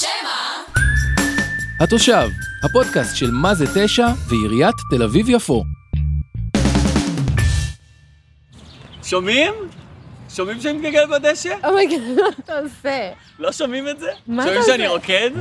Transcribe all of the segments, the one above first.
התושב, הפודקאסט של מה זה 9 ועיריית תל אביב-יפו. שומעים? שומעים שאני מתגלגל בדשא? אומייגד, מה אתה עושה? לא שומעים את זה? מה שומעים אתה שאני עושה? רוקד?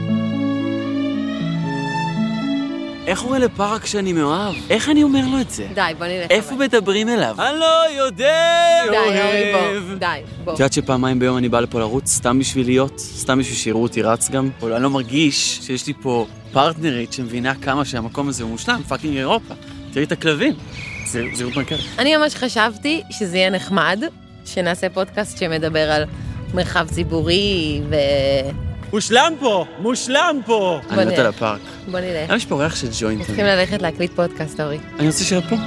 איך הוא לפארק שאני מאוהב? איך אני אומר לו את זה? די, בוא נלך. איפה מדברים אליו? אני לא יודע, די, אורי, אוהב. בוא. די, בוא. את יודעת שפעמיים ביום אני בא לפה לרוץ, סתם בשביל להיות, סתם בשביל שיראו אותי רץ גם. אבל אני לא מרגיש שיש לי פה פרטנרית שמבינה כמה שהמקום הזה הוא מושלם, פאקינג אירופה. תראי את הכלבים. זהירות מרכזת. אני ממש חשבתי שזה יהיה נחמד, שנעשה פודקאסט שמדבר על מרחב ציבורי מושלם פה! מושלם פה! אני נלך. נותן לפארק. בוא נלך. יש פה ריח של ג'וינט. צריכים ללכת להקליט פודקאסט, אורי. אני רוצה שיהיה פה.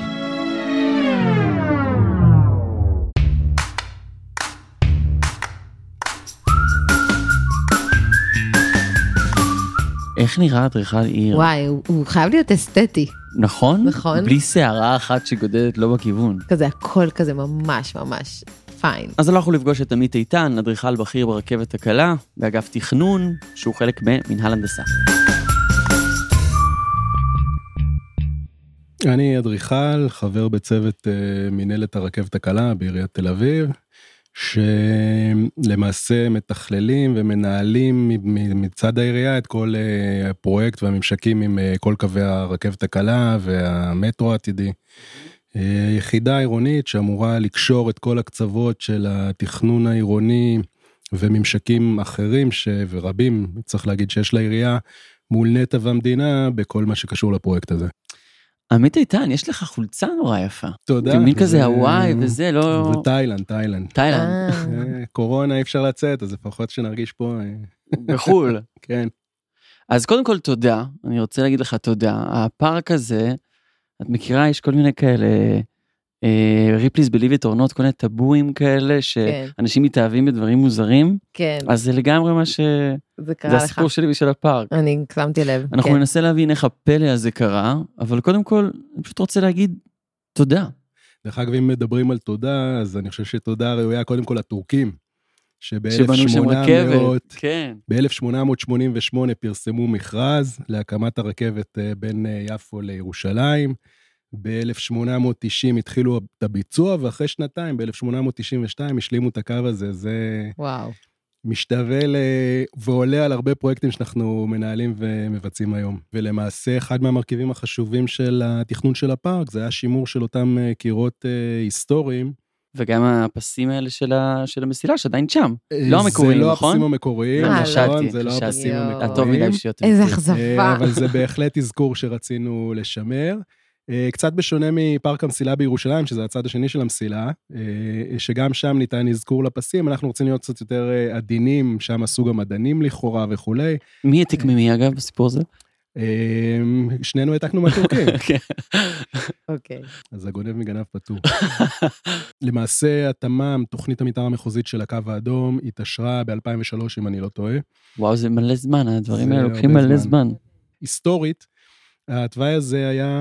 איך נראה אדריכל עיר? וואי, הוא חייב להיות אסתטי. נכון? נכון. בלי שערה אחת שגודלת לא בכיוון. כזה, הכל כזה ממש ממש פיין. אז הלכנו לפגוש את עמית איתן, אדריכל בכיר ברכבת הקלה, באגף תכנון, שהוא חלק במנהל הנדסה. אני אדריכל, חבר בצוות מנהלת הרכבת הקלה בעיריית תל אביב, שלמעשה מתכללים ומנהלים מצד העירייה את כל הפרויקט והממשקים עם כל קווי הרכבת הקלה והמטרו העתידי. יחידה עירונית שאמורה לקשור את כל הקצוות של התכנון העירוני וממשקים אחרים ורבים, צריך להגיד שיש לעירייה מול נטע והמדינה בכל מה שקשור לפרויקט הזה. עמית איתן, יש לך חולצה נורא יפה. תודה. מין כזה הוואי וזה, לא... זה תאילנד. תאילנד. קורונה אי אפשר לצאת, אז לפחות שנרגיש פה. בחול. כן. אז קודם כל תודה, אני רוצה להגיד לך תודה. הפארק הזה, את מכירה, יש כל מיני כאלה, ריפליס בליבית אורנות, כל מיני טבואים כאלה, שאנשים מתאהבים בדברים מוזרים. כן. אז זה לגמרי מה ש... זה קרה זה לך. הסיפור שלי בשביל הפארק. אני שמתי לב. אנחנו ננסה להבין איך הפלא הזה קרה, אבל קודם כל, אני פשוט רוצה להגיד תודה. דרך אגב, אם מדברים על תודה, אז אני חושב שתודה ראויה קודם כל לטורקים, שבנו שם רכבת, כן. ב-1888 פרסמו מכרז להקמת הרכבת בין יפו לירושלים, ב-1890 התחילו את הביצוע, ואחרי שנתיים, ב-1892 השלימו את הקו הזה, זה... וואו. משתווה ועולה על הרבה פרויקטים שאנחנו מנהלים ומבצעים היום. ולמעשה, אחד מהמרכיבים החשובים של התכנון של הפארק, זה היה שימור של אותם קירות היסטוריים. וגם הפסים האלה של המסילה, שעדיין שם. לא המקוריים, נכון? זה לא הפסים המקוריים, נכון? זה לא הפסים המקוריים. הטוב מדי בשביל איזה אכזבה. אבל זה בהחלט אזכור שרצינו לשמר. קצת בשונה מפארק המסילה בירושלים, שזה הצד השני של המסילה, שגם שם ניתן אזכור לפסים, אנחנו רוצים להיות קצת יותר עדינים, שם הסוג המדענים לכאורה וכו'. מי העתיק ממי אגב בסיפור הזה? שנינו העתקנו מהטורקים. אוקיי. אז הגונב מגנב פטור. למעשה התמ"מ, תוכנית המתאר המחוזית של הקו האדום, התאשרה ב-2003 אם אני לא טועה. וואו, זה מלא זמן, הדברים האלה לוקחים מלא זמן. היסטורית, התוואי הזה היה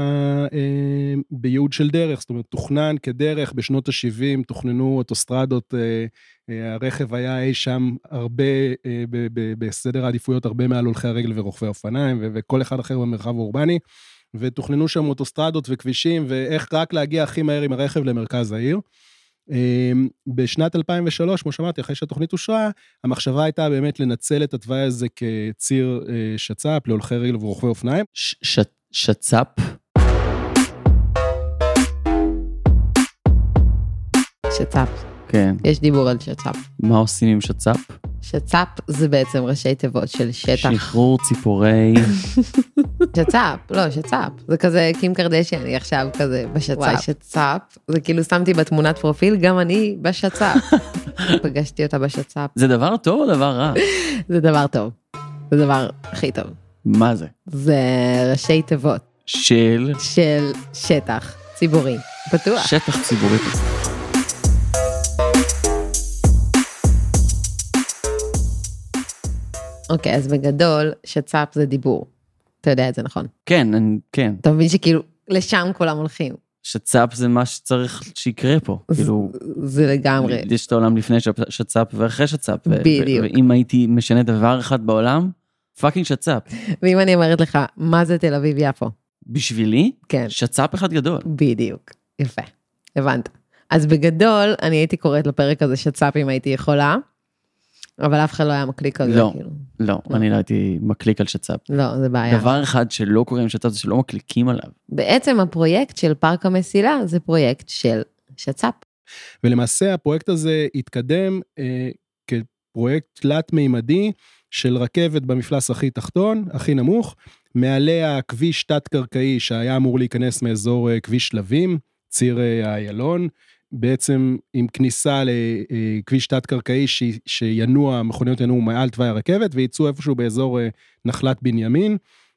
בייעוד של דרך, זאת אומרת, תוכנן כדרך בשנות ה-70, תוכננו אוטוסטרדות, הרכב היה אי שם הרבה, בסדר העדיפויות, הרבה מעל הולכי הרגל ורוכבי האופניים, וכל אחד אחר במרחב האורבני, ותוכננו שם אוטוסטרדות וכבישים, ואיך רק להגיע הכי מהר עם הרכב למרכז העיר. בשנת 2003, כמו שאמרתי, אחרי שהתוכנית אושרה, המחשבה הייתה באמת לנצל את התוואי הזה כציר שצ"פ, להולכי רגל ורוכבי אופניים. שצ"פ? שצ"פ. כן. יש דיבור על שצ"פ. מה עושים עם שצ"פ? שצ"פ זה בעצם ראשי תיבות של שטח. שחרור ציפורי. שצ"פ, לא, שצ"פ. זה כזה קים קרדשיאן, אני עכשיו כזה בשצ"פ. וואי, שצ"פ, זה כאילו שמתי בתמונת פרופיל, גם אני בשצ"פ. פגשתי אותה בשצ"פ. זה דבר טוב או דבר רע? זה דבר טוב. זה דבר הכי טוב. מה זה? זה ראשי תיבות. של שטח ציבורי. פתוח. שטח ציבורי. אוקיי, אז בגדול, שצ"פ זה דיבור. אתה יודע את זה, נכון? כן, כן. אתה מבין שכאילו, לשם כולם הולכים. שצ"פ זה מה שצריך שיקרה פה. כאילו, זה לגמרי. יש את העולם לפני שצ"פ ואחרי שצ"פ. בדיוק. ואם הייתי משנה דבר אחד בעולם, פאקינג שצ"פ. ואם אני אומרת לך, מה זה תל אביב יפו? בשבילי? כן. שצ"פ אחד גדול. בדיוק. יפה. הבנת. אז בגדול, אני הייתי קוראת לפרק הזה שצ"פ אם הייתי יכולה, אבל אף אחד לא היה מקליק על זה. לא, אני לא הייתי מקליק על שצ"פ. לא, זה בעיה. דבר אחד שלא קוראים שצ"פ זה שלא מקליקים עליו. בעצם הפרויקט של פארק המסילה זה פרויקט של שצ"פ. ולמעשה הפרויקט הזה התקדם כפרויקט תלת-מימדי של רכבת במפלס הכי תחתון, הכי נמוך, מעליה כביש תת-קרקעי שהיה אמור להיכנס מאזור כביש שלבים, ציר האיילון, בעצם עם כניסה לכביש תת-קרקעי שינוע, מכוניות ינועו מעל תוואי הרכבת, וייצאו איפשהו באזור נחלת בנימין,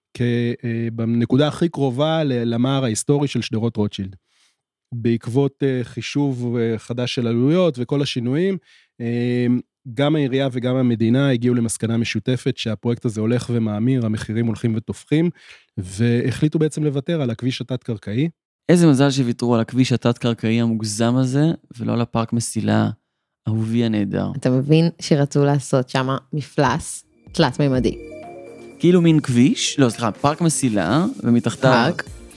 בנקודה הכי קרובה למער ההיסטורי של שדרות רוטשילד. בעקבות חישוב חדש של עלויות וכל השינויים, גם העירייה וגם המדינה הגיעו למסקנה משותפת שהפרויקט הזה הולך ומאמיר, המחירים הולכים ותופחים, והחליטו בעצם לוותר על הכביש התת-קרקעי. איזה מזל שוויתרו על הכביש התת-קרקעי המוגזם הזה, ולא על הפארק מסילה אהובי הנהדר. אתה מבין שרצו לעשות שם מפלס תלת-מימדי. כאילו מין כביש, לא, סליחה, פארק מסילה, ומתחתיו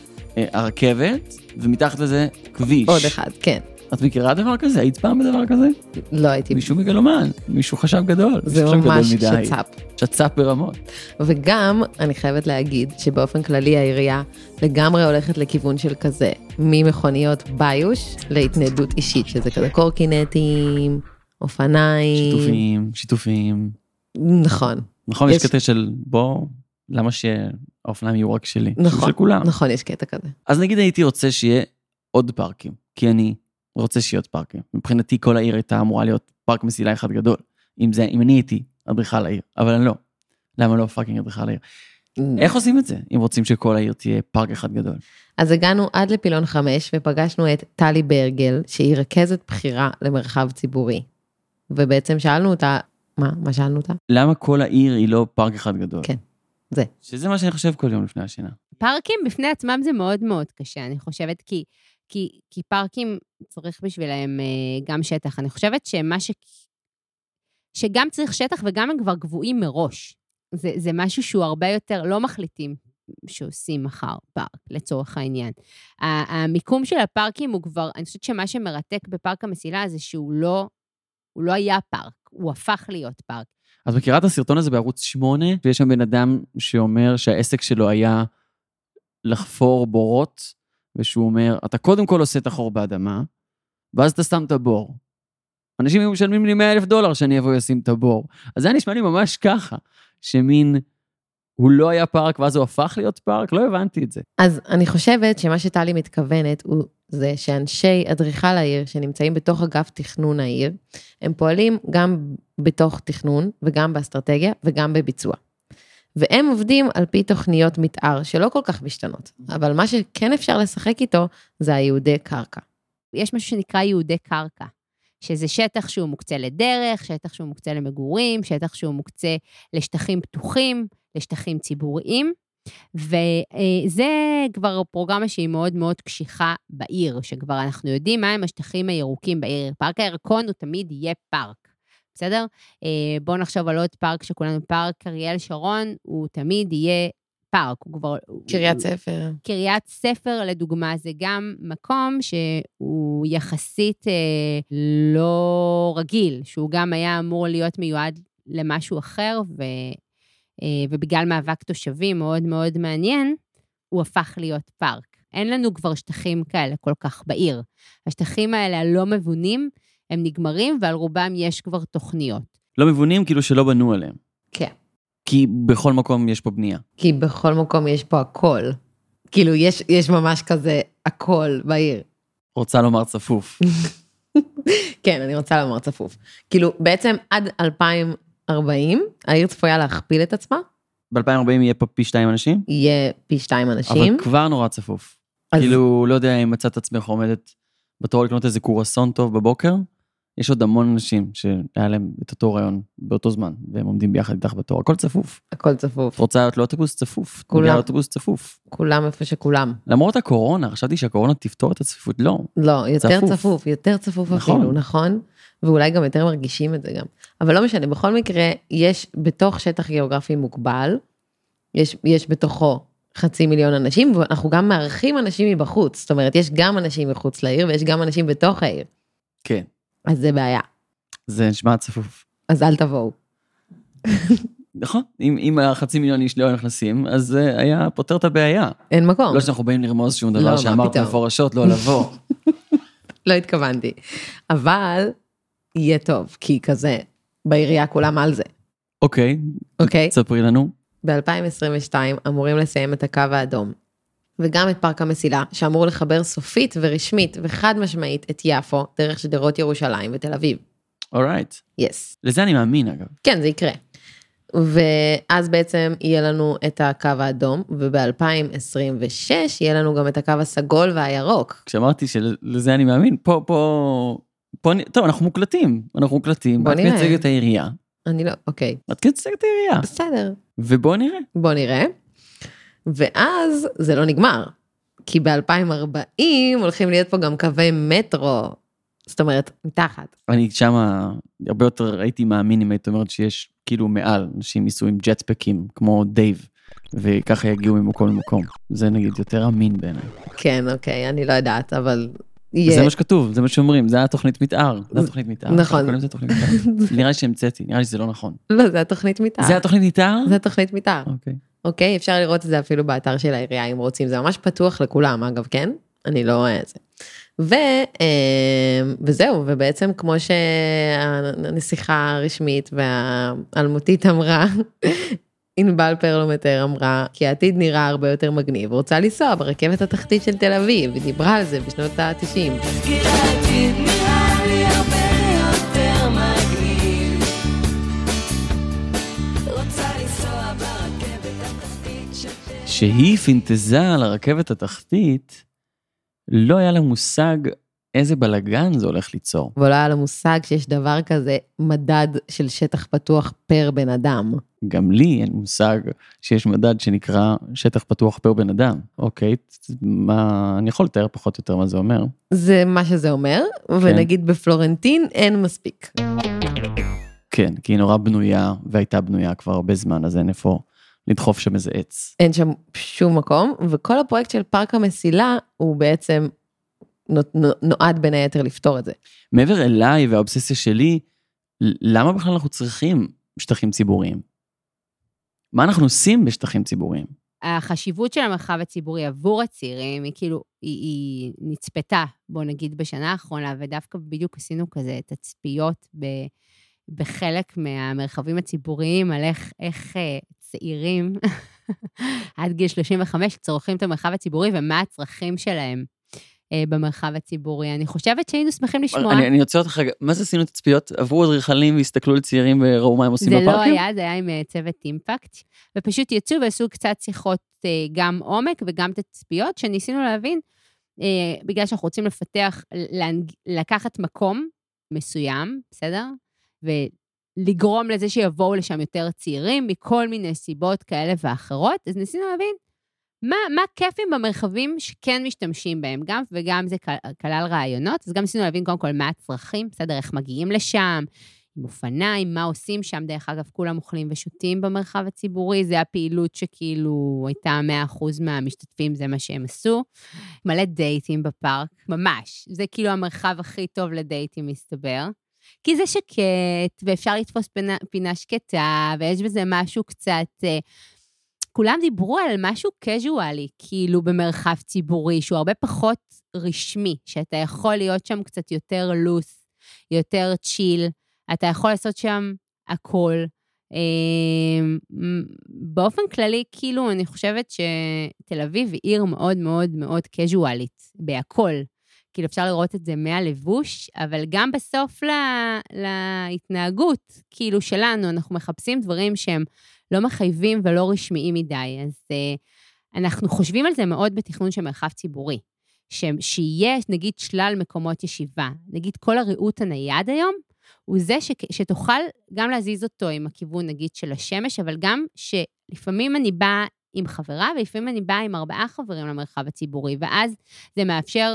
הרכבת, ומתחת לזה כביש. עוד אחד, כן. את מכירה דבר כזה? היית פעם בדבר כזה? לא הייתי. מישהו מגלומן, מישהו חשב גדול. זה ממש שצ"פ. שצ"פ ברמות. וגם, אני חייבת להגיד, שבאופן כללי העירייה לגמרי הולכת לכיוון של כזה, ממכוניות ביוש להתנדות אישית, שזה כזה קורקינטים, אופניים. שיתופים. נכון. נכון, יש קטע של בוא, למה שהאופניים יהיו רק שלי? נכון, של כולם. נכון, יש קטע כזה. אז נגיד הייתי רוצה שיהיה עוד פארקים, כי אני רוצה שיהיה עוד פארקים. מבחינתי כל העיר הייתה אמורה להיות פארק מסילה אחד גדול. אם אני הייתי אדריכל העיר, אבל אני לא. למה לא פאקינג אדריכל העיר? איך עושים את זה, אם רוצים שכל העיר תהיה פארק אחד גדול? אז הגענו עד לפילון 5, ופגשנו את טלי ברגל, שהיא רכזת בחירה למרחב ציבורי. ובעצם שאלנו אותה, מה שאלנו אותה? למה כל העיר היא לא פארק אחד גדול? כן, זה. שזה מה שאני חושב כל יום לפני השינה. פארקים בפני עצמם זה מאוד מאוד קשה, אני חושבת, כי פארקים צריך בשבילהם גם שטח. אני חושבת שגם צריך שטח וגם הם כבר גבוהים מראש. זה משהו שהוא הרבה יותר, לא מחליטים שעושים מחר פארק, לצורך העניין. המיקום של הפארקים הוא כבר, אני חושבת שמה שמרתק בפארק המסילה זה שהוא לא היה פארק, הוא הפך להיות פארק. אז מכירה את הסרטון הזה בערוץ 8, ויש שם בן אדם שאומר שהעסק שלו היה לחפור בורות, ושהוא אומר, אתה קודם כל עושה את החור באדמה, ואז אתה שם את הבור. אנשים היו משלמים לי $100,000 שאני אבוא ישים את הבור. אז זה נשמע לי ממש ככה, שמין, הוא לא היה פארק, ואז הוא הפך להיות פארק, לא הבנתי את זה. אז אני חושבת שמה שטלי מתכוונת, הוא זה שאנשי אדריכל העיר, שנמצאים בתוך אגף תכנון העיר, הם פועלים גם בתוך תכנון, וגם באסטרטגיה, וגם בביצוע. והם עובדים על פי תוכניות מתאר, שלא כל כך משתנות. אבל מה שכן אפשר לשחק איתו, זה היהודי קרקע. יש משהו שנקרא יהודי קרקע, שזה שטח שהוא מוקצה לדרך, שטח שהוא מוקצה למגורים, שטח שהוא מוקצה לשטחים פתוחים, לשטחים ציבוריים, וזה כבר פרוגרמה שהיא מאוד מאוד קשיחה בעיר, שכבר אנחנו יודעים מה הם השטחים הירוקים בעיר. פארק הירקון הוא תמיד יהיה פארק, בסדר? בואו נחשוב על עוד פארק שכולנו פארק אריאל שרון, הוא תמיד יהיה פארק, הוא כבר... קריית ספר. קריית ספר, לדוגמה, זה גם מקום שהוא יחסית לא רגיל, שהוא גם היה אמור להיות מיועד למשהו אחר, ובגלל מאבק תושבים מאוד מאוד מעניין, הוא הפך להיות פארק. אין לנו כבר שטחים כאלה כל כך בעיר. השטחים האלה הלא מבונים, הם נגמרים, ועל רובם יש כבר תוכניות. לא מבונים כאילו שלא בנו עליהם. כן. כי בכל מקום יש פה בנייה. כי בכל מקום יש פה הכל. כאילו יש ממש כזה הכל בעיר. רוצה לומר צפוף. כן, אני רוצה לומר צפוף. כאילו בעצם עד 2040, העיר צפויה להכפיל את עצמה. ב-2040 יהיה פה פי 2 אנשים? יהיה פי 2 אנשים. אבל כבר נורא צפוף. כאילו, לא יודע אם מצאת עצמך עומדת בתור לקנות איזה קורסון טוב בבוקר, יש עוד המון אנשים שהיה להם את אותו רעיון באותו זמן, והם עומדים ביחד איתך בתור, הכל צפוף. הכל צפוף. את רוצה להיות לאוטובוס צפוף. כולם. לאוטובוס צפוף. כולם איפה שכולם. למרות הקורונה, חשבתי שהקורונה תפתור את הצפיפות, לא. לא, יותר צפוף אפילו, נכון? ואולי גם יותר מרגישים את זה גם. אבל לא משנה, בכל מקרה, יש בתוך שטח גיאוגרפי מוגבל, יש בתוכו 500,000 אנשים, ואנחנו גם מארחים אנשים מבחוץ, זאת אומרת, יש גם אנשים מחוץ לעיר, ויש גם אנשים בתוך העיר. כן. אז זה בעיה. זה נשמע צפוף. אז אל תבואו. נכון, אם 500,000 איש לא נכנסים, אז היה פותר את הבעיה. אין מקום. לא שאנחנו באים לרמוז שום דבר שאמרת מפורשות, לא לבוא. לא התכוונתי. אבל יהיה טוב, כי כזה, בעירייה כולם על זה. אוקיי. תספרי לנו. ב-2022 אמורים לסיים את הקו האדום, וגם את פארק המסילה, שאמור לחבר סופית ורשמית וחד משמעית את יפו, דרך שדרות ירושלים ותל אביב. אורייט. יס. לזה אני מאמין, אגב. כן, זה יקרה. ואז בעצם יהיה לנו את הקו האדום, וב-2026 יהיה לנו גם את הקו הסגול והירוק. כשאמרתי שלזה אני מאמין, פה, טוב, אנחנו מוקלטים. בוא נראה. את מייצגת את העירייה. אני לא, אוקיי. את מייצגת את העירייה. בסדר. ובוא נראה. בוא נראה. ואז זה לא נגמר, כי ב-2040 הולכים להיות פה גם קווי מטרו, זאת אומרת, מתחת. אני שמה, הרבה יותר הייתי מאמין אם היית אומרת שיש כאילו מעל, אנשים ייסעו עם ג'טספקים, כמו דייב, וככה יגיעו ממקום למקום. זה נגיד יותר אמין בעיניי. כן, אוקיי, אני לא יודעת, אבל... זה מה שכתוב, זה מה שאומרים, זה התוכנית מתאר. נכון. נראה לי שהמצאתי, נראה לי שזה לא נכון. לא, זה התוכנית מתאר. זה התוכנית מתאר? זה התוכנית מתאר. אוקיי. אוקיי, אפשר לראות את זה אפילו באתר של העירייה, אם רוצים, זה ממש פתוח לכולם, אגב, כן? אני לא רואה את זה. וזהו, ובעצם כמו שהנסיכה הרשמית והאלמותית אמרה, ענבל פרלומטר אמרה, כי העתיד נראה הרבה יותר מגניב, רוצה לנסוע ברכבת התחתית של תל אביב, היא דיברה על זה בשנות ה-90. שהיא פינטזה על הרכבת התחתית, לא היה לה מושג איזה בלגן זה הולך ליצור. ולא היה לה מושג שיש דבר כזה מדד של שטח פתוח פר בן אדם. גם לי אין מושג שיש מדד שנקרא שטח פתוח פר בן אדם. אוקיי, אני יכול לתאר פחות או יותר מה זה אומר. זה מה שזה אומר, ונגיד בפלורנטין אין מספיק. כן, כי היא נורא בנויה, והייתה בנויה כבר הרבה זמן, אז אין איפה לדחוף שם איזה עץ. אין שם שום מקום, וכל הפרויקט של פארק המסילה, הוא בעצם נועד בין היתר לפתור את זה. מעבר אליי והאובססיה שלי, למה בכלל אנחנו צריכים שטחים ציבוריים? מה אנחנו עושים בשטחים ציבוריים? החשיבות של המרחב הציבורי עבור הצעירים, היא כאילו, היא נצפתה, בוא נגיד, בשנה האחרונה, ודווקא בדיוק עשינו כזה תצפיות בחלק מהמרחבים הציבוריים, על איך צעירים עד גיל 35 צורכים את המרחב הציבורי, ומה הצרכים שלהם במרחב הציבורי. אני חושבת שהיינו שמחים לשמוע. אני יוצא אותך, מה זה עשינו תצפיות? עברו אדריכלים והסתכלו לצעירים וראו מה הם עושים בפארקים? זה לא היה, זה היה עם צוות אימפקט, ופשוט יצאו ועשו קצת שיחות גם עומק וגם תצפיות, שניסינו להבין, בגלל שאנחנו רוצים לפתח, לקחת מקום מסוים, בסדר? ולגרום לזה שיבואו לשם יותר צעירים, מכל מיני סיבות כאלה ואחרות, אז ניסינו להבין, מה כיפים במרחבים שכן משתמשים בהם, גם וגם זה כלל רעיונות, אז גם ניסינו להבין קודם כל מה הצרכים, בסדר, איך מגיעים לשם, עם אופניים, מה עושים שם, דרך אגב, כולם אוכלים ושותים במרחב הציבורי, זה הפעילות שכאילו הייתה 100% מהמשתתפים, זה מה שהם עשו, מלא דייטים בפארק, ממש, זה כאילו המרחב הכי טוב לדייטים מסתבר, כי זה שקט, ואפשר לתפוס פינה שקטה, ויש בזה משהו קצת... כולם דיברו על משהו קזואלי, כאילו במרחב ציבורי, שהוא הרבה פחות רשמי, שאתה יכול להיות שם קצת יותר לוס, יותר צ'יל, אתה יכול לעשות שם הכל. באופן כללי, כאילו, אני חושבת שתל אביב היא עיר מאוד מאוד מאוד קזואלית, בהכל. כאילו אפשר לראות את זה מהלבוש, אבל גם בסוף להתנהגות, כאילו שלנו, אנחנו מחפשים דברים שהם לא מחייבים ולא רשמיים מדי, אז אנחנו חושבים על זה מאוד בתכנון של מרחב ציבורי, שיהיה, נגיד, שלל מקומות ישיבה. נגיד, כל הריהוט הנייד היום, הוא זה שתוכל גם להזיז אותו עם הכיוון, נגיד, של השמש, אבל גם שלפעמים אני באה עם חברה, ולפעמים אני באה עם 4 חברים למרחב הציבורי, ואז זה מאפשר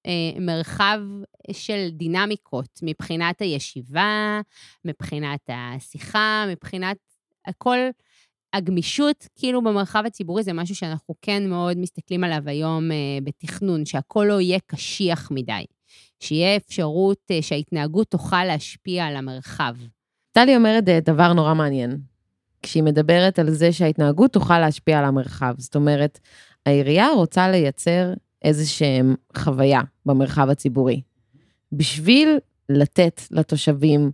מרחב של דינמיקות, מבחינת הישיבה, מבחינת השיחה, מבחינת הכל, הגמישות, כאילו במרחב הציבורי, זה משהו שאנחנו כן מאוד מסתכלים עליו היום בתכנון, שהכל לא יהיה קשיח מדי, שיהיה אפשרות שההתנהגות תוכל להשפיע על המרחב. טלי אומרת דבר נורא מעניין, כשהיא מדברת על זה שההתנהגות תוכל להשפיע על המרחב, זאת אומרת, העירייה רוצה לייצר איזשהם חוויה במרחב הציבורי, בשביל לתת לתושבים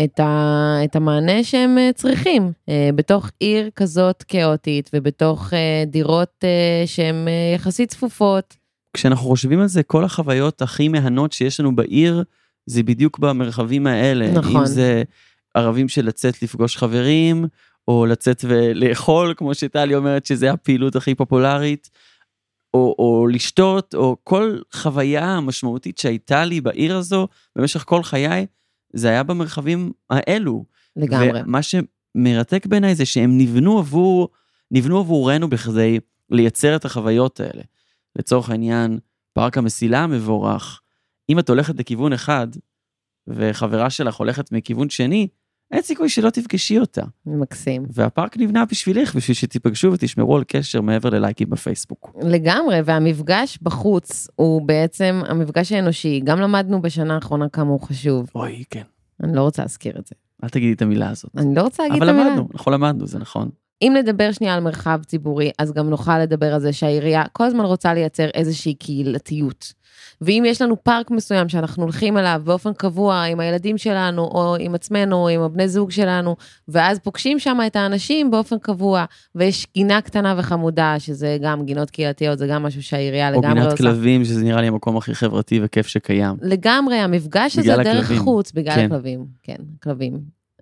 את המענה שהם צריכים, בתוך עיר כזאת כאוטית, ובתוך דירות שהן יחסית צפופות. כשאנחנו חושבים על זה, כל החוויות הכי מהנות שיש לנו בעיר, זה בדיוק במרחבים האלה. נכון. אם זה ערבים של לצאת לפגוש חברים, או לצאת ולאכול, כמו שטלי אומרת, שזה הפעילות הכי פופולרית, או לשתות, או כל חוויה משמעותית שהייתה לי בעיר הזו, במשך כל חיי, זה היה במרחבים האלו. לגמרי. ומה שמרתק בעיניי זה שהם נבנו עבורנו בכדי לייצר את החוויות האלה. לצורך העניין, פארק המסילה המבורך, אם את הולכת לכיוון אחד, וחברה שלך הולכת מכיוון שני, אין סיכוי שלא תפגשי אותה. מקסים. והפארק נבנה בשבילך, בשביל שתיפגשו ותשמרו על קשר מעבר ללייקים בפייסבוק. לגמרי, והמפגש בחוץ הוא בעצם המפגש האנושי. גם למדנו בשנה האחרונה כמה הוא חשוב. אוי, כן. אני לא רוצה להזכיר את זה. אל תגידי את המילה הזאת. אני לא רוצה להגיד את המילה. אבל למדנו, אנחנו למדנו, זה נכון. אם נדבר שנייה על מרחב ציבורי, אז גם נוכל לדבר על זה שהעירייה כל הזמן רוצה לייצר איזושהי קהילתיות. ואם יש לנו פארק מסוים שאנחנו הולכים אליו באופן קבוע עם הילדים שלנו, או עם עצמנו, או עם הבני זוג שלנו, ואז פוגשים שם את האנשים באופן קבוע, ויש גינה קטנה וחמודה, שזה גם גינות קהילתיות, זה גם משהו שהעירייה לגמרי עושה. או גינת כלבים, שזה נראה לי המקום הכי חברתי וכיף שקיים. לגמרי, המפגש הזה דרך החוץ, בגלל הכלבים. כן, כלבים.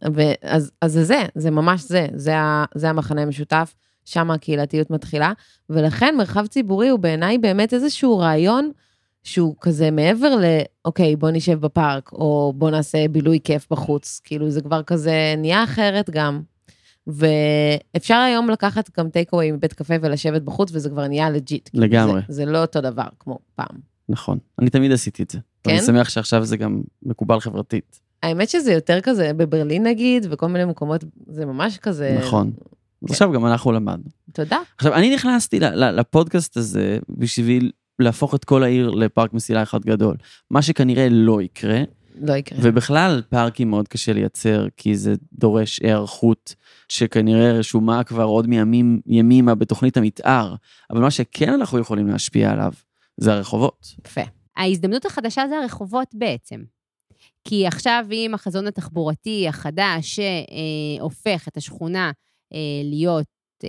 אז זה ממש זה המחנה המשותף, שם הקהילתיות מתחילה, ולכן מרחב ציבורי הוא בעיניי באמת איזשהו רעיון, שהוא כזה מעבר אוקיי, בוא נשב בפארק, או בוא נעשה בילוי כיף בחוץ, כאילו זה כבר כזה נהיה אחרת גם, ואפשר היום לקחת גם טייקווי מבית קפה ולשבת בחוץ, וזה כבר נהיה לג'יט. לגמרי. זה לא אותו דבר כמו פעם. נכון, אני תמיד עשיתי את זה. כן? אני שמח שעכשיו זה גם מקובל חברתית. האמת שזה יותר כזה, בברלין נגיד, וכל מיני מקומות, זה ממש כזה... נכון. עכשיו גם אנחנו למדנו. תודה. עכשיו, אני נכנסתי לפודקאסט הזה, בשביל להפוך את כל העיר לפארק מסילה אחד גדול. מה שכנראה לא יקרה. לא יקרה. ובכלל, פארקים מאוד קשה לייצר, כי זה דורש היערכות, שכנראה רשומה כבר עוד ימימה בתוכנית המתאר. אבל מה שכן אנחנו יכולים להשפיע עליו, זה הרחובות. יפה. ההזדמנות החדשה זה הרחובות בעצם. כי עכשיו עם החזון התחבורתי החדש, שהופך את השכונה להיות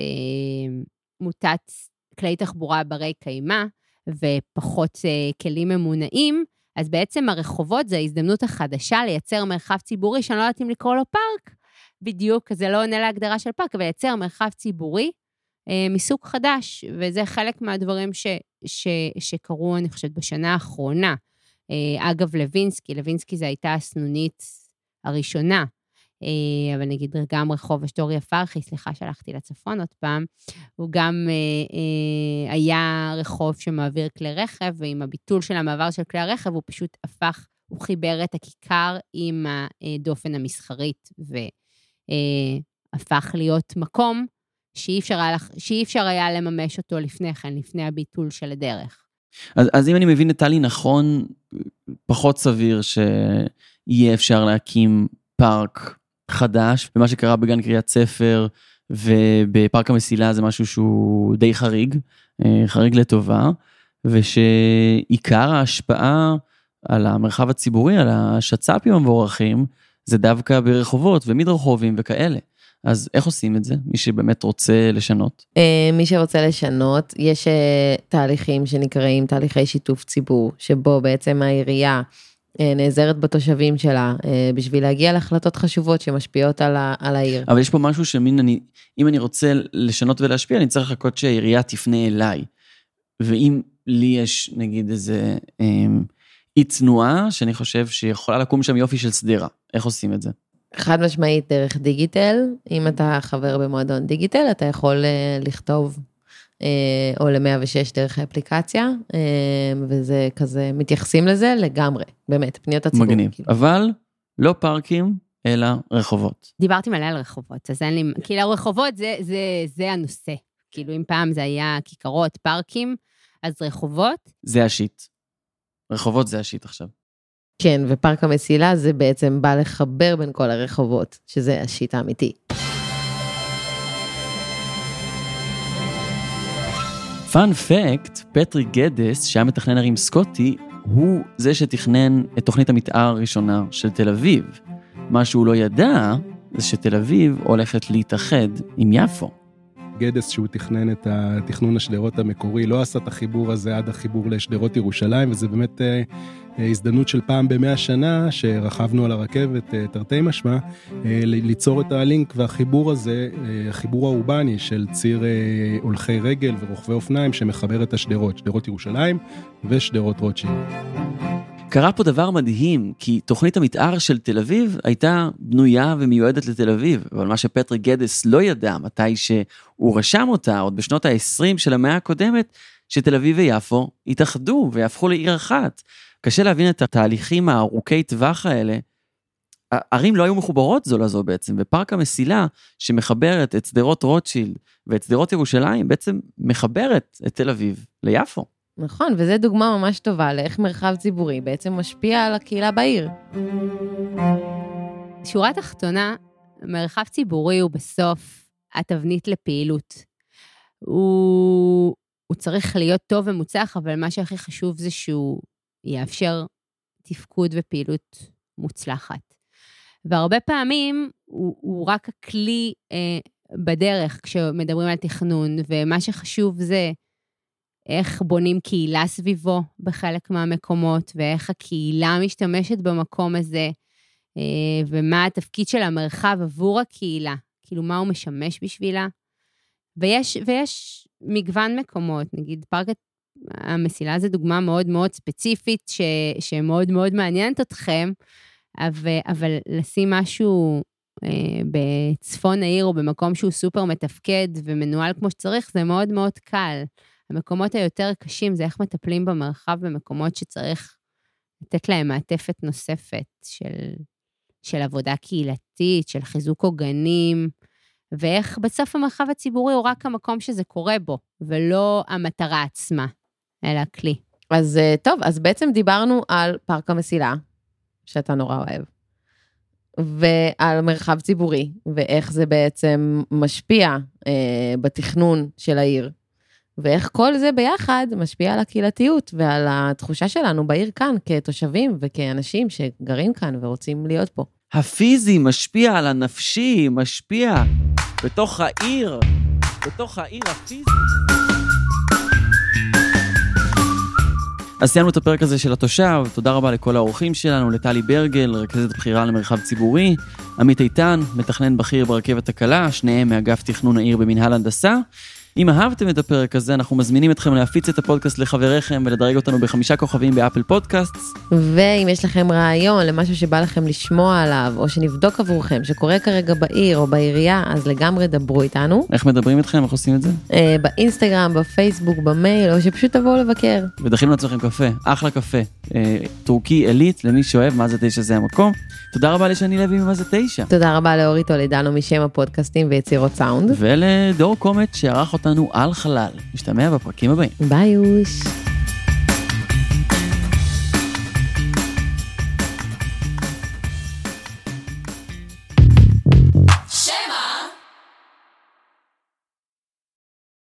מוטת כלי תחבורה ברי קיימה, ופחות כלים ממונעים, אז בעצם הרחובות זה ההזדמנות החדשה לייצר מרחב ציבורי, שאני לא יודעת אם לקרוא לו פארק, בדיוק, זה לא עונה להגדרה של פארק, אבל לייצר מרחב ציבורי מסוג חדש, וזה חלק מהדברים שקרו, אני חושבת, בשנה האחרונה. אגב, לוינסקי זה הייתה הסנונית הראשונה, אבל נגיד גם רחוב אשטוריה פרחי, סליחה שלחתי לצפון עוד פעם, הוא גם היה רחוב שמעביר כלי רכב, ועם הביטול של המעבר של כלי הרכב, הוא פשוט הוא חיבר את הכיכר עם הדופן המסחרית, והפך להיות מקום שאי אפשר היה לממש אותו לפני כן, לפני הביטול של הדרך. אז אם אני מבין את טלי נכון, פחות סביר שיהיה אפשר להקים פארק חדש, ומה שקרה בגן קריית ספר, ובפארק המסילה זה משהו שהוא די חריג לטובה, ושעיקר ההשפעה על המרחב הציבורי, על השצ"פים המבורכים, זה דווקא ברחובות ומדרחובים וכאלה. אז איך עושים את זה? מי שבאמת רוצה לשנות? מי שרוצה לשנות, יש תהליכים שנקראים תהליכי שיתוף ציבור, שבו בעצם העירייה נעזרת בתושבים שלה, בשביל להגיע להחלטות חשובות שמשפיעות על העיר. אבל יש פה משהו אם אני רוצה לשנות ולהשפיע, אני צריך לחכות שהעירייה תפנה אליי. ואם לי יש נגיד איזה אי תנועה, שאני חושב שיכולה לקום שם יופי של סדירה. איך עושים את זה? חד משמעית דרך דיגיטל, אם אתה חבר במועדון דיגיטל, אתה יכול לכתוב או ל-106 דרך האפליקציה, וזה כזה, מתייחסים לזה לגמרי, באמת, פניות הציבור. מגניב, כאילו. אבל לא פארקים, אלא רחובות. דיברתי מלא על רחובות, אז אין לי, כאילו רחובות זה הנושא, כאילו אם פעם זה היה כיכרות, פארקים, אז רחובות. זה השיט. רחובות זה השיט עכשיו. כן, ופארק המסילה זה בעצם בא לחבר בין כל הרחובות, שזה השיט האמיתי. פאנ פקט, פטריק גדס, שהיה מתכנן ערים סקוטי, הוא זה שתכנן את תוכנית המתאר הראשונה של תל אביב. מה שהוא לא ידע, זה שתל אביב הולכת להתאחד עם יפו. גדס, שהוא תכנן את התכנון השדרות המקורי, לא עשה את החיבור הזה עד החיבור לשדרות ירושלים, וזה באמת הזדמנות של פעם ב100 שנה, שרכבנו על הרכבת, תרתי משמע, ליצור את הלינק והחיבור הזה, החיבור האורבני של ציר הולכי רגל ורוכבי אופניים, שמחבר את השדרות, שדרות ירושלים ושדרות רוטשילד. קרה פה דבר מדהים, כי תוכנית המתאר של תל אביב הייתה בנויה ומיועדת לתל אביב, אבל מה שפטריק גדס לא ידע, מתי שהוא רשם אותה, עוד בשנות ה-20 של המאה הקודמת, שתל אביב ויפו התאחדו ויהפכו לעיר אחת. קשה להבין את התהליכים הארוכי טווח האלה. הערים לא היו מחוברות זו לזו בעצם, ופארק המסילה שמחברת את שדרות רוטשילד ואת שדרות ירושלים, בעצם מחברת את תל אביב ליפו. נכון, וזו דוגמה ממש טובה לאיך מרחב ציבורי בעצם משפיע על הקהילה בעיר. שורה תחתונה, מרחב ציבורי הוא בסוף התבנית לפעילות. הוא צריך להיות טוב ומוצלח, אבל מה שהכי חשוב זה שהוא יאפשר תפקוד ופעילות מוצלחת. והרבה פעמים הוא רק הכלי בדרך כשמדברים על תכנון, ומה שחשוב זה איך בונים קהילה סביבו בחלק מהמקומות, ואיך הקהילה משתמשת במקום הזה, ומה התפקיד של המרחב עבור הקהילה, כאילו מה הוא משמש בשבילה. ויש מגוון מקומות, נגיד פארק המסילה זה דוגמה מאוד מאוד ספציפית, שמאוד מאוד מעניינת אתכם, אבל לשים משהו בצפון העיר, או במקום שהוא סופר מתפקד ומנוהל כמו שצריך, זה מאוד מאוד קל. המקומות היותר קשים זה איך מטפלים במרחב במקומות שצריך לתת להם מעטפת נוספת של עבודה קהילתית, של חיזוק עוגנים, ואיך בסוף המרחב הציבורי הוא רק המקום שזה קורה בו, ולא המטרה עצמה, אלא הכלי. אז טוב, אז בעצם דיברנו על פארק המסילה, שאתה נורא אוהב, ועל מרחב ציבורי, ואיך זה בעצם משפיע בתכנון של העיר, ואיך כל זה ביחד משפיע על הקהילתיות ועל התחושה שלנו בעיר כאן, כתושבים וכאנשים שגרים כאן ורוצים להיות פה. הפיזי משפיע על הנפשי, משפיע בתוך העיר הפיזי. אז סיימנו את הפרק הזה של התושב, תודה רבה לכל האורחים שלנו, לטלי ברגל, רכזת בחירה למרחב ציבורי, עמית איתן, מתכנן בכיר ברכבת הקלה, שניהם מאגף תכנון העיר במנהל הנדסה. אם אהבתם את הפרק הזה, אנחנו מזמינים אתכם להפיץ את הפודקאסט לחבריכם ולדרג אותנו ב5 כוכבים באפל פודקאסטס. ואם יש לכם רעיון למשהו שבא לכם לשמוע עליו, או שנבדוק עבורכם, שקורה כרגע בעיר או בעירייה, אז לגמרי דברו איתנו. איך מדברים איתכם? איך עושים את זה? באינסטגרם, בפייסבוק, במייל, או שפשוט תבואו לבקר. ודחים לעצמכם קפה, אחלה קפה. טורקי אליט, למי שאוהב, מה זה 9 זה המקום. תודה רבה לשני לוי ממה זה 9. תודה רבה לאורי טולדנו משם הפודקאסטים ויצירות סאונד. ולדור קומט שערך אותנו על חלל. משתמע בפרקים הבאים. ביי יוש.